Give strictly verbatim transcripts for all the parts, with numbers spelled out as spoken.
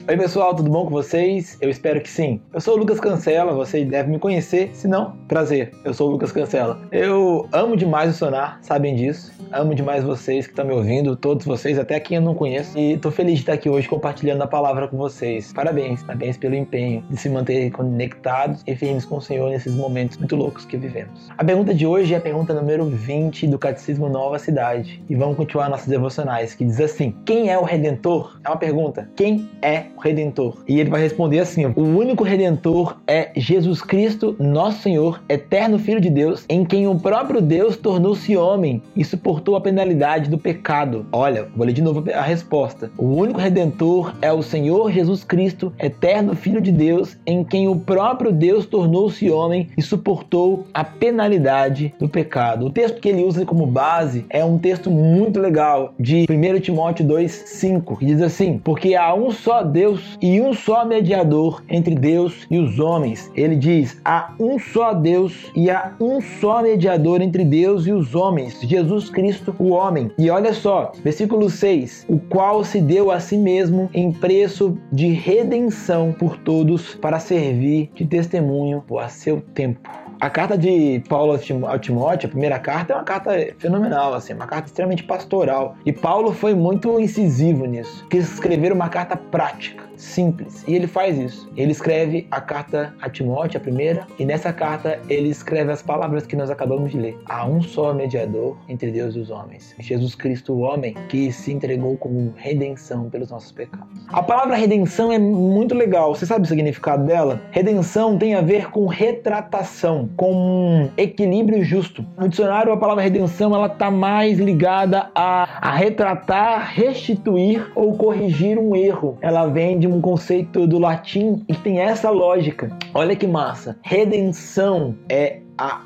Oi pessoal, tudo bom com vocês? Eu espero que sim. Eu sou o Lucas Cancela, você deve me conhecer, se não, prazer, eu sou o Lucas Cancela. Eu amo demais o Sonar, sabem disso. Amo demais vocês que estão me ouvindo, todos vocês, até quem eu não conheço. E tô feliz de estar aqui hoje compartilhando a palavra com vocês. Parabéns, parabéns pelo empenho de se manter conectados e firmes com o Senhor nesses momentos muito loucos que vivemos. A pergunta de hoje é a pergunta número vinte do Catecismo Nova Cidade. E vamos continuar nossas devocionais, que diz assim: quem é o Redentor? É uma pergunta. Quem é o Redentor? E ele vai responder assim: o único Redentor é Jesus Cristo, nosso Senhor, eterno Filho de Deus, em quem o próprio Deus tornou-se homem e suportou a penalidade do pecado. Olha, vou ler de novo a resposta. O único Redentor é o Senhor Jesus Cristo, eterno Filho de Deus, em quem o próprio Deus tornou-se homem e suportou a penalidade do pecado. O texto que ele usa como base é um texto muito legal de primeiro Timóteo dois, cinco, que diz assim: porque há um só Deus e um só mediador entre Deus e os homens. Ele diz: há um só Deus e há um só mediador entre Deus e os homens, Jesus Cristo, o homem. E olha só, versículo seis: o qual se deu a si mesmo em preço de redenção por todos, para servir de testemunho a seu tempo. A carta de Paulo ao Timóteo, a primeira carta, é uma carta fenomenal, assim, uma carta extremamente pastoral. E Paulo foi muito incisivo nisso. Quis escrever uma carta prática, simples. E ele faz isso. Ele escreve a carta a Timóteo, a primeira, e nessa carta ele escreve as palavras que nós acabamos de ler. Há um só mediador entre Deus e os homens, Jesus Cristo, o homem, que se entregou como redenção pelos nossos pecados. A palavra redenção é muito legal. Você sabe o significado dela? Redenção tem a ver com retratação, com um equilíbrio justo. No dicionário, a palavra redenção ela está mais ligada a, a retratar, restituir ou corrigir um erro. Ela vem de um conceito do latim e tem essa lógica. Olha que massa. Redenção é a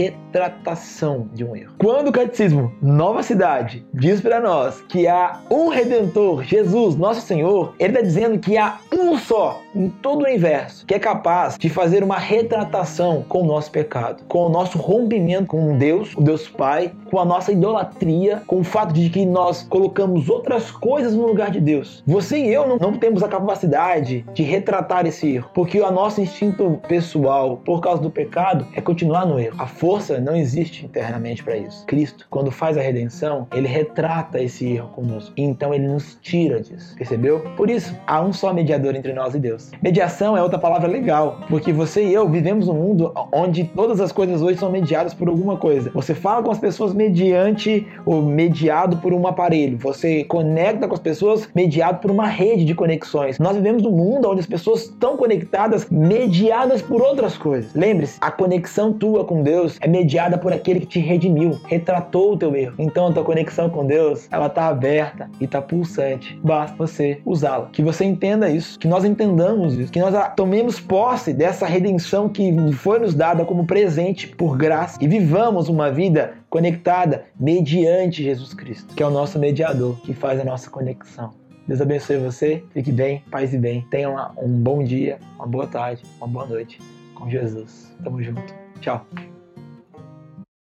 retratação de um erro. Quando o Catecismo Nova Cidade diz para nós que há um Redentor, Jesus, nosso Senhor, ele está dizendo que há um só em todo o universo que é capaz de fazer uma retratação com o nosso pecado, com o nosso rompimento com Deus, o Deus Pai, com a nossa idolatria, com o fato de que nós colocamos outras coisas no lugar de Deus. Você e eu não, não temos a capacidade de retratar esse erro, porque o nosso instinto pessoal, por causa do pecado, é continuar no erro. A força não existe internamente para isso. Cristo, quando faz a redenção, ele retrata esse erro conosco. E então ele nos tira disso. Percebeu? Por isso, há um só mediador entre nós e Deus. Mediação é outra palavra legal, porque você e eu vivemos um mundo onde todas as coisas hoje são mediadas por alguma coisa. Você fala com as pessoas mediante ou mediado por um aparelho. Você conecta com as pessoas mediado por uma rede de conexões. Nós vivemos um mundo onde as pessoas estão conectadas mediadas por outras coisas. Lembre-se, a conexão tua com Deus é mediada por aquele que te redimiu, retratou o teu erro. Então a tua conexão com Deus, ela está aberta e está pulsante. Basta você usá-la. Que você entenda isso, que nós entendamos isso, que nós tomemos posse dessa redenção que foi nos dada como presente por graça e vivamos uma vida conectada mediante Jesus Cristo, que é o nosso mediador, que faz a nossa conexão. Deus abençoe você, fique bem, paz e bem. Tenha uma, um bom dia, uma boa tarde, uma boa noite com Jesus. Tamo junto. Tchau.